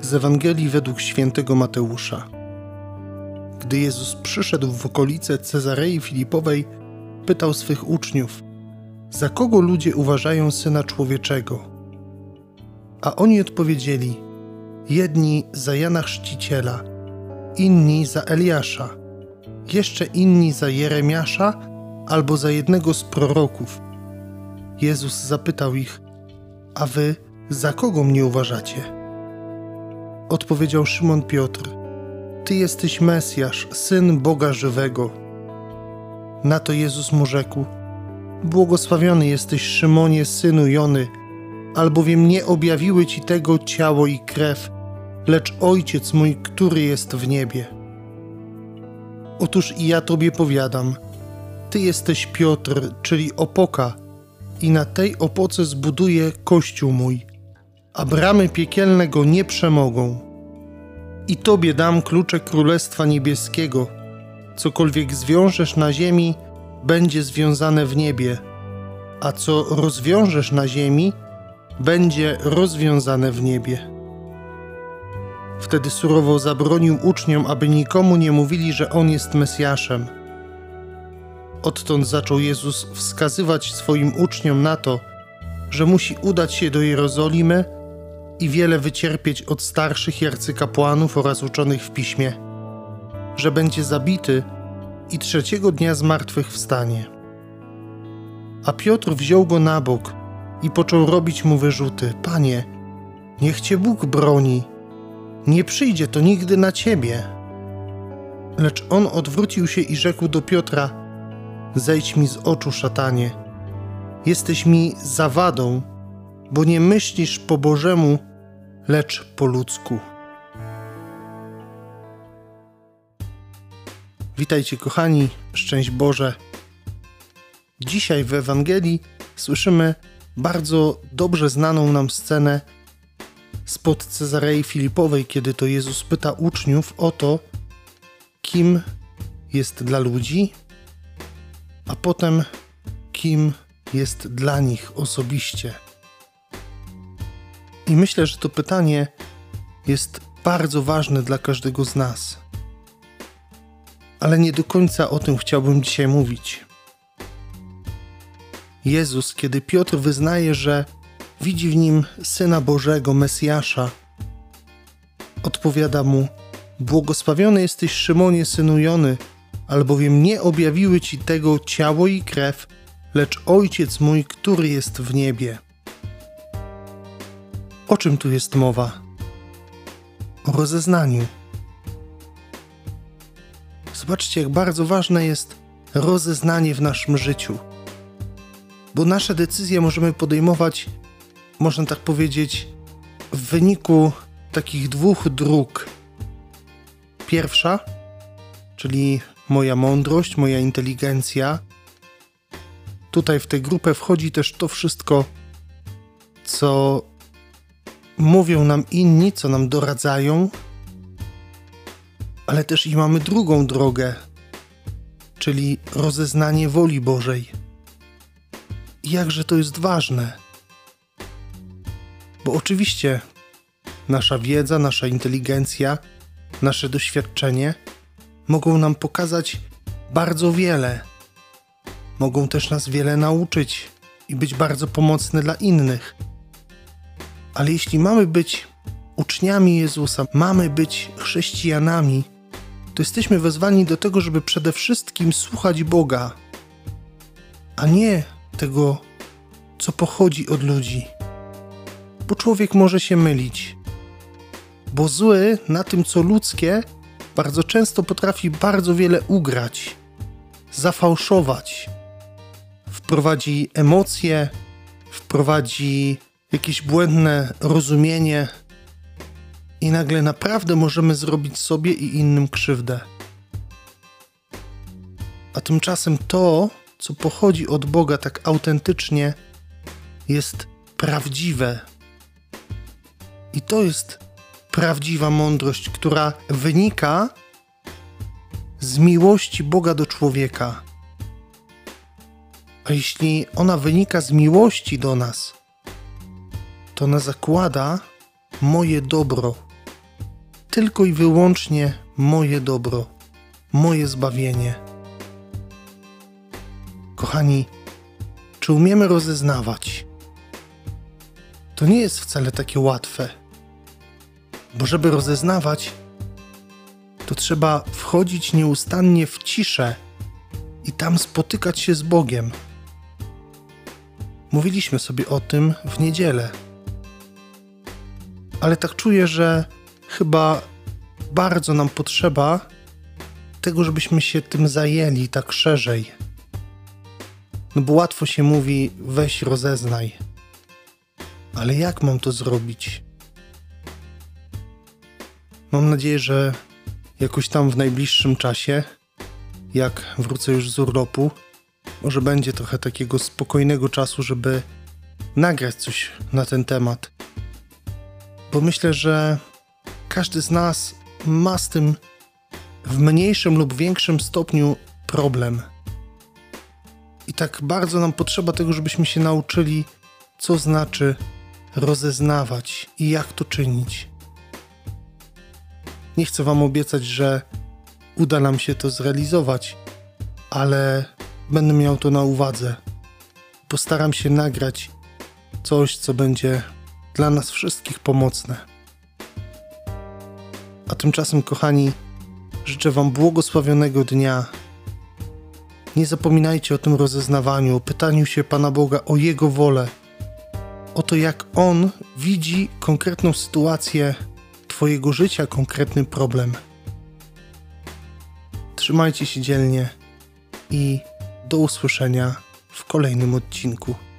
Z Ewangelii według świętego Mateusza. Gdy Jezus przyszedł w okolice Cezarei Filipowej, pytał swych uczniów: za kogo ludzie uważają Syna Człowieczego? A oni odpowiedzieli: jedni za Jana Chrzciciela, inni za Eliasza, jeszcze inni za Jeremiasza albo za jednego z proroków. Jezus zapytał ich: a wy za kogo mnie uważacie? Odpowiedział Szymon Piotr: Ty jesteś Mesjasz, Syn Boga żywego. Na to Jezus mu rzekł: błogosławiony jesteś, Szymonie, synu Jony, albowiem nie objawiły ci tego ciało i krew, lecz Ojciec mój, który jest w niebie. Otóż i ja tobie powiadam, ty jesteś Piotr, czyli opoka, i na tej opoce zbuduję Kościół mój, a bramy piekielne go nie przemogą. I tobie dam klucze Królestwa Niebieskiego. Cokolwiek zwiążesz na ziemi, będzie związane w niebie, a co rozwiążesz na ziemi, będzie rozwiązane w niebie. Wtedy surowo zabronił uczniom, aby nikomu nie mówili, że On jest Mesjaszem. Odtąd zaczął Jezus wskazywać swoim uczniom na to, że musi udać się do Jerozolimy i wiele wycierpieć od starszych i arcykapłanów oraz uczonych w piśmie, że będzie zabity i 3. dnia zmartwychwstanie. A Piotr wziął go na bok i począł robić mu wyrzuty: Panie, niech Cię Bóg broni, nie przyjdzie to nigdy na Ciebie. Lecz on odwrócił się i rzekł do Piotra: zejdź mi z oczu, szatanie, jesteś mi zawadą, bo nie myślisz po Bożemu, lecz po ludzku. Witajcie, kochani, szczęść Boże. Dzisiaj w Ewangelii słyszymy bardzo dobrze znaną nam scenę spod Cezarei Filipowej, kiedy to Jezus pyta uczniów o to, kim jest dla ludzi, a potem kim jest dla nich osobiście. I myślę, że to pytanie jest bardzo ważne dla każdego z nas. Ale nie do końca o tym chciałbym dzisiaj mówić. Jezus, kiedy Piotr wyznaje, że widzi w nim Syna Bożego, Mesjasza, odpowiada mu: błogosławiony jesteś, Szymonie, synu Jony, albowiem nie objawiły ci tego ciało i krew, lecz Ojciec mój, który jest w niebie. O czym tu jest mowa? O rozeznaniu. Zobaczcie, jak bardzo ważne jest rozeznanie w naszym życiu. Bo nasze decyzje możemy podejmować, można tak powiedzieć, w wyniku takich dwóch dróg. Pierwsza, czyli moja mądrość, moja inteligencja. Tutaj w tę grupę wchodzi też to wszystko, co mówią nam inni, co nam doradzają, ale też i mamy drugą drogę, czyli rozeznanie woli Bożej. I jakże to jest ważne. Bo oczywiście nasza wiedza, nasza inteligencja, nasze doświadczenie mogą nam pokazać bardzo wiele. Mogą też nas wiele nauczyć i być bardzo pomocne dla innych. Ale jeśli mamy być uczniami Jezusa, mamy być chrześcijanami, to jesteśmy wezwani do tego, żeby przede wszystkim słuchać Boga, a nie tego, co pochodzi od ludzi. Bo człowiek może się mylić. Bo zły na tym, co ludzkie, bardzo często potrafi bardzo wiele ugrać, zafałszować. Wprowadzi emocje, wprowadzi jakieś błędne rozumienie i nagle naprawdę możemy zrobić sobie i innym krzywdę. A tymczasem to, co pochodzi od Boga tak autentycznie, jest prawdziwe. I to jest prawdziwa mądrość, która wynika z miłości Boga do człowieka. A jeśli ona wynika z miłości do nas, to ona zakłada moje dobro, tylko i wyłącznie moje dobro, moje zbawienie. Kochani, czy umiemy rozeznawać? To nie jest wcale takie łatwe, bo żeby rozeznawać, to trzeba wchodzić nieustannie w ciszę i tam spotykać się z Bogiem. Mówiliśmy sobie o tym w niedzielę, ale tak czuję, że chyba bardzo nam potrzeba tego, żebyśmy się tym zajęli tak szerzej. No bo łatwo się mówi, weź rozeznaj. Ale jak mam to zrobić? Mam nadzieję, że jakoś tam w najbliższym czasie, jak wrócę już z urlopu, może będzie trochę takiego spokojnego czasu, żeby nagrać coś na ten temat. Bo myślę, że każdy z nas ma z tym w mniejszym lub większym stopniu problem. I tak bardzo nam potrzeba tego, żebyśmy się nauczyli, co znaczy rozeznawać i jak to czynić. Nie chcę wam obiecać, że uda nam się to zrealizować, ale będę miał to na uwadze. Postaram się nagrać coś, co będzie dla nas wszystkich pomocne. A tymczasem, kochani, życzę wam błogosławionego dnia. Nie zapominajcie o tym rozeznawaniu, o pytaniu się Pana Boga o Jego wolę, o to, jak On widzi konkretną sytuację Twojego życia, konkretny problem. Trzymajcie się dzielnie i do usłyszenia w kolejnym odcinku.